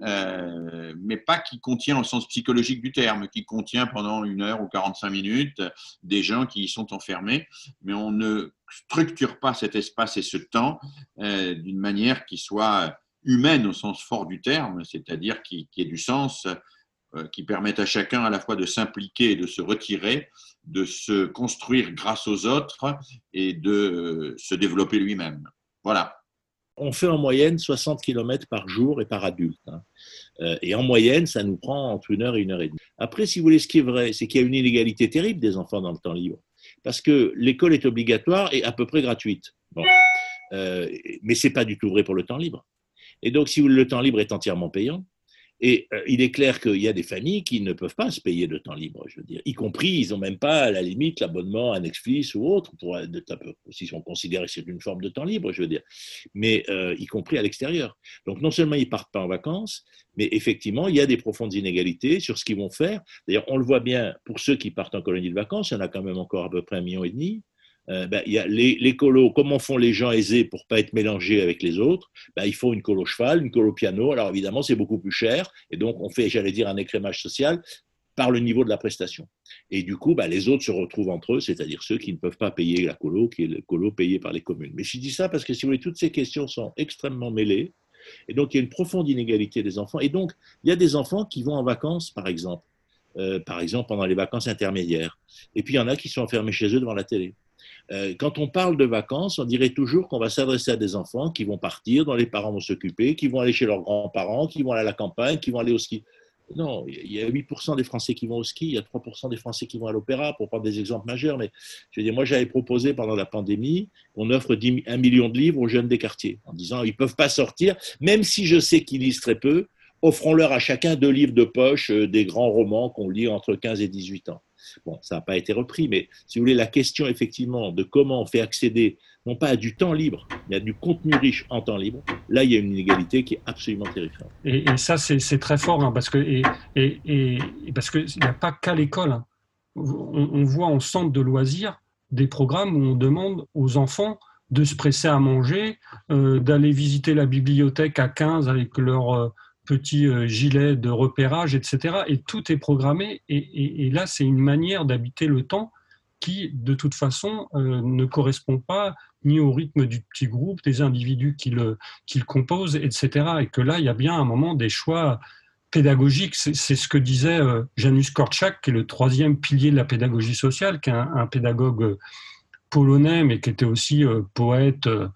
euh, mais pas qui contient au sens psychologique du terme, qui contient pendant une heure ou quarante-cinq minutes des gens qui y sont enfermés, mais on ne structure pas cet espace et ce temps euh, d'une manière qui soit humaine au sens fort du terme, c'est-à-dire qui, qui ait du sens, euh, qui permette à chacun à la fois de s'impliquer et de se retirer, de se construire grâce aux autres et de euh, se développer lui-même. Voilà. On fait en moyenne soixante kilomètres par jour et par adulte. Hein. Euh, et en moyenne, ça nous prend entre une heure et une heure et demie. Après, si vous voulez, ce qui est vrai, c'est qu'il y a une inégalité terrible des enfants dans le temps libre. Parce que l'école est obligatoire et à peu près gratuite. Bon. Euh, mais ce n'est pas du tout vrai pour le temps libre. Et donc, si vous voulez, le temps libre est entièrement payant. Et euh, il est clair qu'il y a des familles qui ne peuvent pas se payer de temps libre, je veux dire, y compris, ils n'ont même pas à la limite l'abonnement à Netflix ou autre, pour, s'ils sont considérés que c'est une forme de temps libre, je veux dire, mais euh, y compris à l'extérieur. Donc non seulement ils ne partent pas en vacances, mais effectivement, il y a des profondes inégalités sur ce qu'ils vont faire. D'ailleurs, on le voit bien pour ceux qui partent en colonie de vacances, il y en a quand même encore à peu près un million et demi. Euh, ben, il y a les, les colos, comment font les gens aisés pour ne pas être mélangés avec les autres, ben, il faut une colo cheval, une colo piano. Alors évidemment, c'est beaucoup plus cher. Et donc, on fait, j'allais dire, un écrémage social par le niveau de la prestation. Et du coup, ben, les autres se retrouvent entre eux, c'est-à-dire ceux qui ne peuvent pas payer la colo, qui est le colo payé par les communes. Mais je dis ça parce que, si vous voulez, toutes ces questions sont extrêmement mêlées. Et donc, il y a une profonde inégalité des enfants. Et donc, il y a des enfants qui vont en vacances, par exemple, euh, par exemple pendant les vacances intermédiaires. Et puis, il y en a qui sont enfermés chez eux devant la télé. Quand on parle de vacances, on dirait toujours qu'on va s'adresser à des enfants qui vont partir, dont les parents vont s'occuper, qui vont aller chez leurs grands-parents, qui vont aller à la campagne, qui vont aller au ski. Non, il y a huit pour cent des Français qui vont au ski, il y a trois pour cent des Français qui vont à l'opéra, pour prendre des exemples majeurs. Mais je veux dire, moi, j'avais proposé pendant la pandémie qu'on offre un million de livres aux jeunes des quartiers, en disant ils ne peuvent pas sortir, même si je sais qu'ils lisent très peu, offrons-leur à chacun deux livres de poche, euh, des grands romans qu'on lit entre quinze et dix-huit ans. Bon, ça n'a pas été repris, mais si vous voulez, la question effectivement de comment on fait accéder, non pas à du temps libre, mais à du contenu riche en temps libre, là, il y a une inégalité qui est absolument terrifiante. Et, et ça, c'est, c'est très fort, hein, parce que et, et, et, parce que il n'y a pas qu'à l'école. Hein. On, on voit en centre de loisirs des programmes où on demande aux enfants de se presser à manger, euh, d'aller visiter la bibliothèque à quinze avec leur euh, petit euh, gilet de repérage, et cetera. Et tout est programmé. Et, et, et là, c'est une manière d'habiter le temps qui, de toute façon, euh, ne correspond pas ni au rythme du petit groupe, des individus qui le, qui le composent, et cetera. Et que là, il y a bien un moment des choix pédagogiques. C'est, c'est ce que disait euh, Janusz Korczak, qui est le troisième pilier de la pédagogie sociale, qui est un, un pédagogue euh, polonais, mais qui était aussi euh, poète, euh,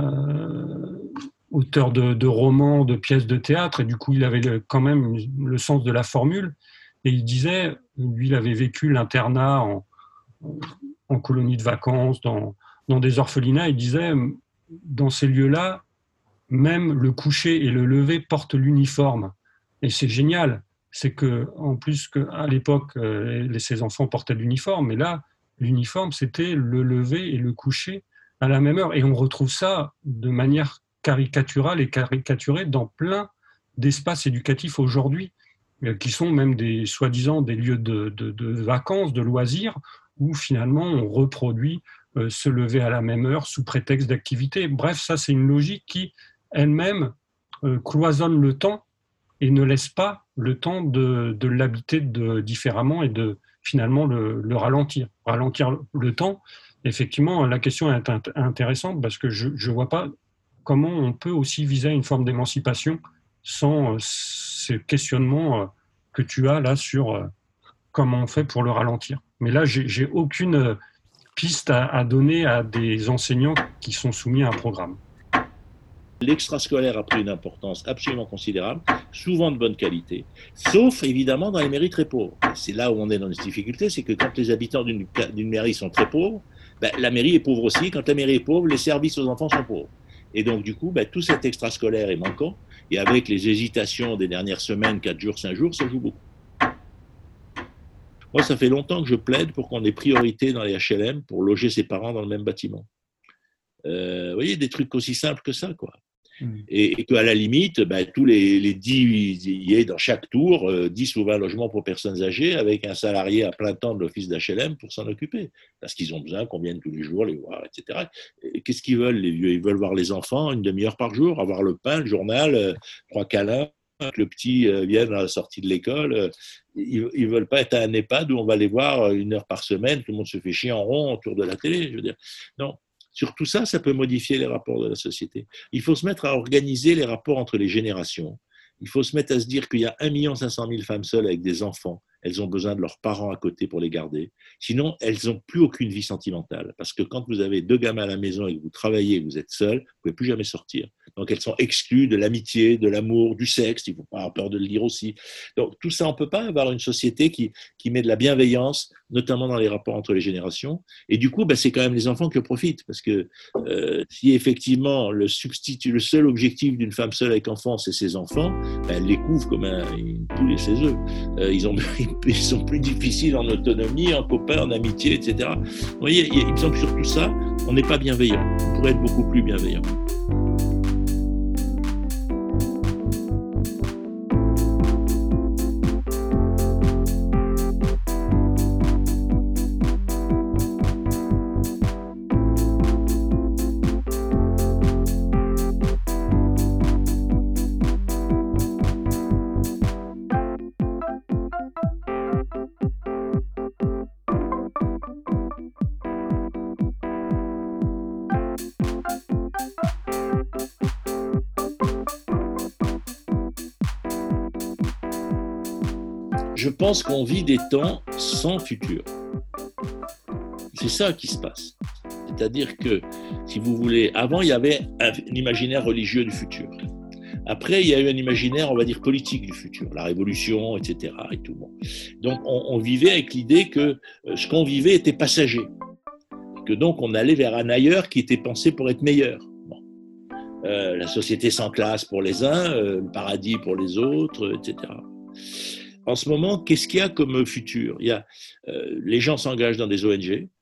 auteur de, de romans, de pièces de théâtre, et du coup, il avait le, quand même le sens de la formule. Et il disait, lui, il avait vécu l'internat en, en colonie de vacances, dans, dans des orphelinats. Il disait, dans ces lieux-là, même le coucher et le lever portent l'uniforme. Et c'est génial. C'est que, en plus, qu'à l'époque, euh, ces enfants portaient l'uniforme, mais là, l'uniforme, c'était le lever et le coucher à la même heure. Et on retrouve ça de manière caricaturale et caricaturée dans plein d'espaces éducatifs aujourd'hui, qui sont même des, soi-disant des lieux de, de, de vacances, de loisirs, où finalement on reproduit euh, se lever à la même heure sous prétexte d'activité. Bref, ça c'est une logique qui elle-même euh, cloisonne le temps et ne laisse pas le temps de, de l'habiter de, différemment et de finalement le, le ralentir. Ralentir le temps, effectivement, la question est int- intéressante parce que je ne vois pas comment on peut aussi viser une forme d'émancipation sans euh, ces questionnements euh, que tu as là sur euh, comment on fait pour le ralentir. Mais là, j'ai, j'ai aucune piste à, à donner à des enseignants qui sont soumis à un programme. L'extrascolaire a pris une importance absolument considérable, souvent de bonne qualité, sauf évidemment dans les mairies très pauvres. C'est là où on est dans les difficultés, c'est que quand les habitants d'une, d'une mairie sont très pauvres, ben, la mairie est pauvre aussi. Quand la mairie est pauvre, les services aux enfants sont pauvres. Et donc, du coup, ben, tout cet extrascolaire est manquant. Et avec les hésitations des dernières semaines, quatre jours, cinq jours, ça joue beaucoup. Moi, ça fait longtemps que je plaide pour qu'on ait priorité dans les H L M pour loger ses parents dans le même bâtiment. Euh, vous voyez, des trucs aussi simples que ça, quoi. Et, et qu'à la limite, ben, tous les, les dix, il y ait dans chaque tour euh, dix ou vingt logements pour personnes âgées avec un salarié à plein temps de l'office d'H L M pour s'en occuper. Parce qu'ils ont besoin qu'on vienne tous les jours les voir, et cetera. Et qu'est-ce qu'ils veulent, les vieux? Ils veulent voir les enfants une demi-heure par jour, avoir le pain, le journal, euh, trois câlins, que le petit euh, vienne à la sortie de l'école. Euh, ils ne veulent pas être à un EHPAD où on va les voir une heure par semaine, tout le monde se fait chier en rond autour de la télé. Je veux dire. Non. Sur tout ça, ça peut modifier les rapports de la société. Il faut se mettre à organiser les rapports entre les générations. Il faut se mettre à se dire qu'il y a un million cinq cent mille femmes seules avec des enfants. Elles ont besoin de leurs parents à côté pour les garder. Sinon, elles n'ont plus aucune vie sentimentale. Parce que quand vous avez deux gamins à la maison et que vous travaillez et que vous êtes seul, vous ne pouvez plus jamais sortir. Donc, elles sont exclues de l'amitié, de l'amour, du sexe. Il ne faut pas avoir peur de le dire aussi. Donc, tout ça, on ne peut pas avoir une société qui, qui met de la bienveillance, notamment dans les rapports entre les générations. Et du coup, ben, c'est quand même les enfants qui en profitent. Parce que euh, si effectivement, le, substitut, le seul objectif d'une femme seule avec enfants, c'est ses enfants, ben, elle les couvre comme un, une poule et ses œufs. Euh, ils, ont, ils sont plus difficiles en autonomie, en copains, en amitié, et cetera. Vous voyez, il me semble que sur tout ça, on n'est pas bienveillant. On pourrait être beaucoup plus bienveillant. Je pense qu'on vit des temps sans futur. C'est ça qui se passe. C'est-à-dire que, si vous voulez, avant, il y avait un imaginaire religieux du futur. Après, il y a eu un imaginaire, on va dire, politique du futur, la révolution, et cetera. Et tout. Donc, on, on vivait avec l'idée que ce qu'on vivait était passager. Que donc, on allait vers un ailleurs qui était pensé pour être meilleur. Bon. Euh, la société sans classe pour les uns, euh, le paradis pour les autres, et cetera. En ce moment, qu'est-ce qu'il y a comme futur? Il y a, euh, les gens s'engagent dans des O N G.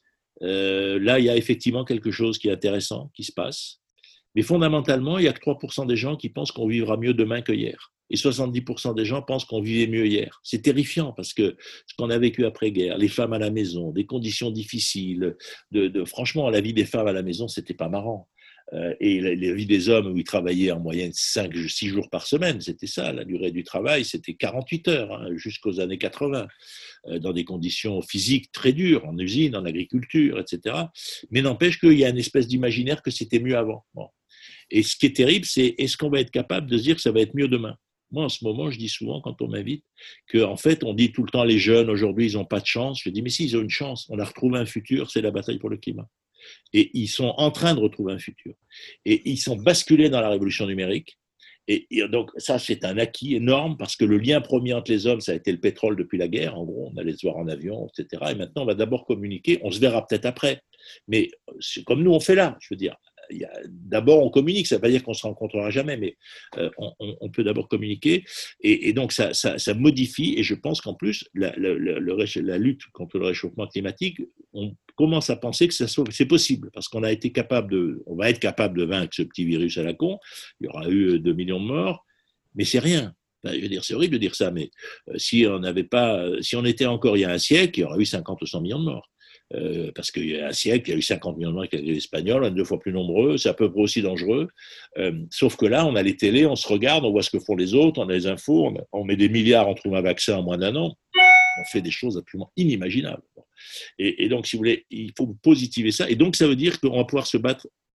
Euh, là, il y a effectivement quelque chose qui est intéressant, qui se passe. Mais fondamentalement, il n'y a que trois pour cent des gens qui pensent qu'on vivra mieux demain que hier. Et soixante-dix pour cent des gens pensent qu'on vivait mieux hier. C'est terrifiant parce que ce qu'on a vécu après-guerre, les femmes à la maison, des conditions difficiles, de, de, franchement, la vie des femmes à la maison, c'était pas marrant. Et la vie des hommes où ils travaillaient en moyenne cinq, six jours par semaine, c'était ça, la durée du travail, c'était quarante-huit heures, hein, jusqu'aux années quatre-vingts, dans des conditions physiques très dures, en usine, en agriculture, et cetera. Mais n'empêche qu'il y a une espèce d'imaginaire que c'était mieux avant. Bon. Et ce qui est terrible, c'est est-ce qu'on va être capable de se dire que ça va être mieux demain? Moi, en ce moment, je dis souvent, quand on m'invite, qu'en fait, on dit tout le temps, les jeunes, aujourd'hui, ils n'ont pas de chance. Je dis, mais si, ils ont une chance. On a retrouvé un futur, c'est la bataille pour le climat. Et ils sont en train de retrouver un futur. Et ils sont basculés dans la révolution numérique. Et, et donc, ça, c'est un acquis énorme parce que le lien premier entre les hommes, ça a été le pétrole depuis la guerre. En gros, on allait se voir en avion, et cetera. Et maintenant, on va d'abord communiquer. On se verra peut-être après. Mais c'est comme nous, on fait là. Je veux dire, il y a, d'abord, on communique. Ça ne veut pas dire qu'on ne se rencontrera jamais, mais euh, on, on peut d'abord communiquer. Et, et donc, ça, ça, ça modifie. Et je pense qu'en plus, la, la, la, la lutte contre le réchauffement climatique, on commence à penser que ça, c'est possible. Parce qu'on a été capable de, on va être capable de vaincre ce petit virus à la con. Il y aura eu deux millions de morts. Mais c'est rien. Enfin, je veux dire, c'est horrible de dire ça, mais euh, si on n'avait pas, si on était encore il y a un siècle, il y aurait eu cinquante ou cent millions de morts. Euh, parce qu'il y a un siècle, il y a eu cinquante millions de morts avec la grippe espagnole, on est deux fois plus nombreux, c'est à peu près aussi dangereux. Euh, sauf que là, on a les télés, on se regarde, on voit ce que font les autres, on a les infos, on, on met des milliards, on trouve un vaccin en moins d'un an, on fait des choses absolument inimaginables. Et, et donc, si vous voulez, il faut positiver ça. Et donc, ça veut dire qu'on va pouvoir se battre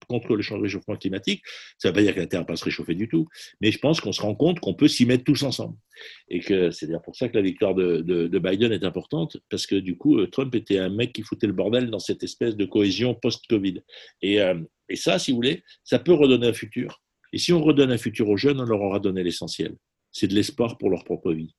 contre le réchauffement climatique. Ça ne veut pas dire que la Terre ne va pas se réchauffer du tout, mais je pense qu'on se rend compte qu'on peut s'y mettre tous ensemble. Et que c'est d'ailleurs pour ça que la victoire de, de, de Biden est importante, parce que du coup, Trump était un mec qui foutait le bordel dans cette espèce de cohésion post-Covid. Et, euh, et ça, si vous voulez, ça peut redonner un futur. Et si on redonne un futur aux jeunes, on leur aura donné l'essentiel. C'est de l'espoir pour leur propre vie.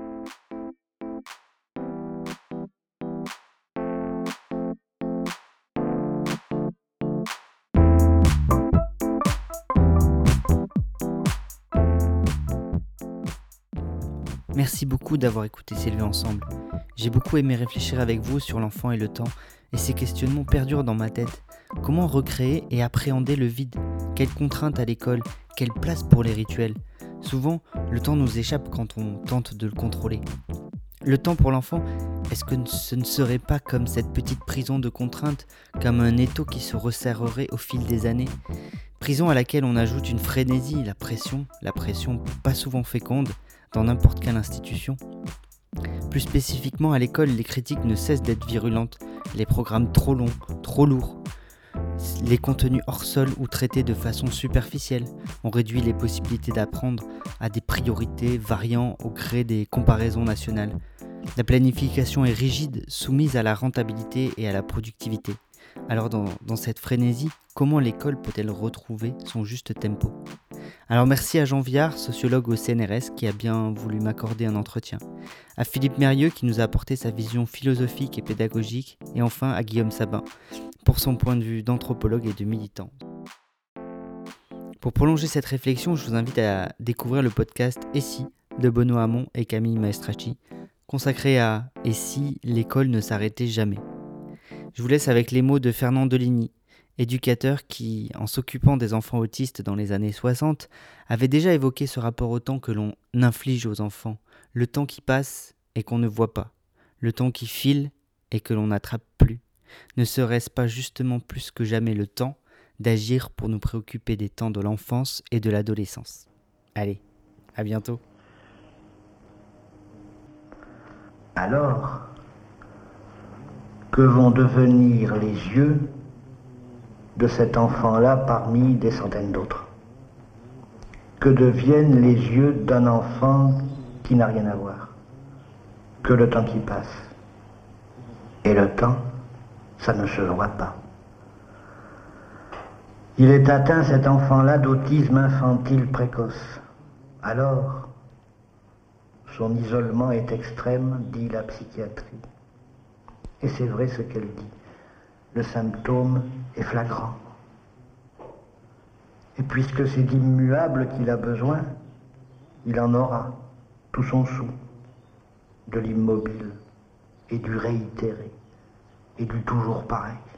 Merci beaucoup d'avoir écouté S'élever ensemble. J'ai beaucoup aimé réfléchir avec vous sur l'enfant et le temps, et ces questionnements perdurent dans ma tête. Comment recréer et appréhender le vide ? Quelles contraintes à l'école ? Quelle place pour les rituels ? Souvent, le temps nous échappe quand on tente de le contrôler. Le temps pour l'enfant, est-ce que ce ne serait pas comme cette petite prison de contraintes, comme un étau qui se resserrerait au fil des années ? Prison à laquelle on ajoute une frénésie, la pression, la pression pas souvent féconde, dans n'importe quelle institution. Plus spécifiquement à l'école, les critiques ne cessent d'être virulentes, les programmes trop longs, trop lourds, les contenus hors sol ou traités de façon superficielle. On réduit les possibilités d'apprendre à des priorités variant au gré des comparaisons nationales. La planification est rigide, soumise à la rentabilité et à la productivité. Alors dans, dans cette frénésie, comment l'école peut-elle retrouver son juste tempo ? Alors merci à Jean Viard, sociologue au C N R S, qui a bien voulu m'accorder un entretien, à Philippe Mérieux qui nous a apporté sa vision philosophique et pédagogique, et enfin à Guillaume Sabin pour son point de vue d'anthropologue et de militant. Pour prolonger cette réflexion, je vous invite à découvrir le podcast Et si de Benoît Hamon et Camille Maestracci, consacré à Et si l'école ne s'arrêtait jamais. Je vous laisse avec les mots de Fernand Deligny, éducateur qui, en s'occupant des enfants autistes dans les années soixante, avait déjà évoqué ce rapport au temps que l'on inflige aux enfants, le temps qui passe et qu'on ne voit pas, le temps qui file et que l'on n'attrape plus. Ne serait-ce pas justement plus que jamais le temps d'agir pour nous préoccuper des temps de l'enfance et de l'adolescence ? Allez, à bientôt. Alors, que vont devenir les yeux de cet enfant-là parmi des centaines d'autres? Que deviennent les yeux d'un enfant qui n'a rien à voir? Que le temps qui passe. Et le temps, ça ne se voit pas. Il est atteint, cet enfant-là, d'autisme infantile précoce. Alors, son isolement est extrême, dit la psychiatrie. Et c'est vrai ce qu'elle dit. Le symptôme est flagrant. Et puisque c'est d'immuable qu'il a besoin, il en aura tout son sou, de l'immobile et du réitéré et du toujours pareil.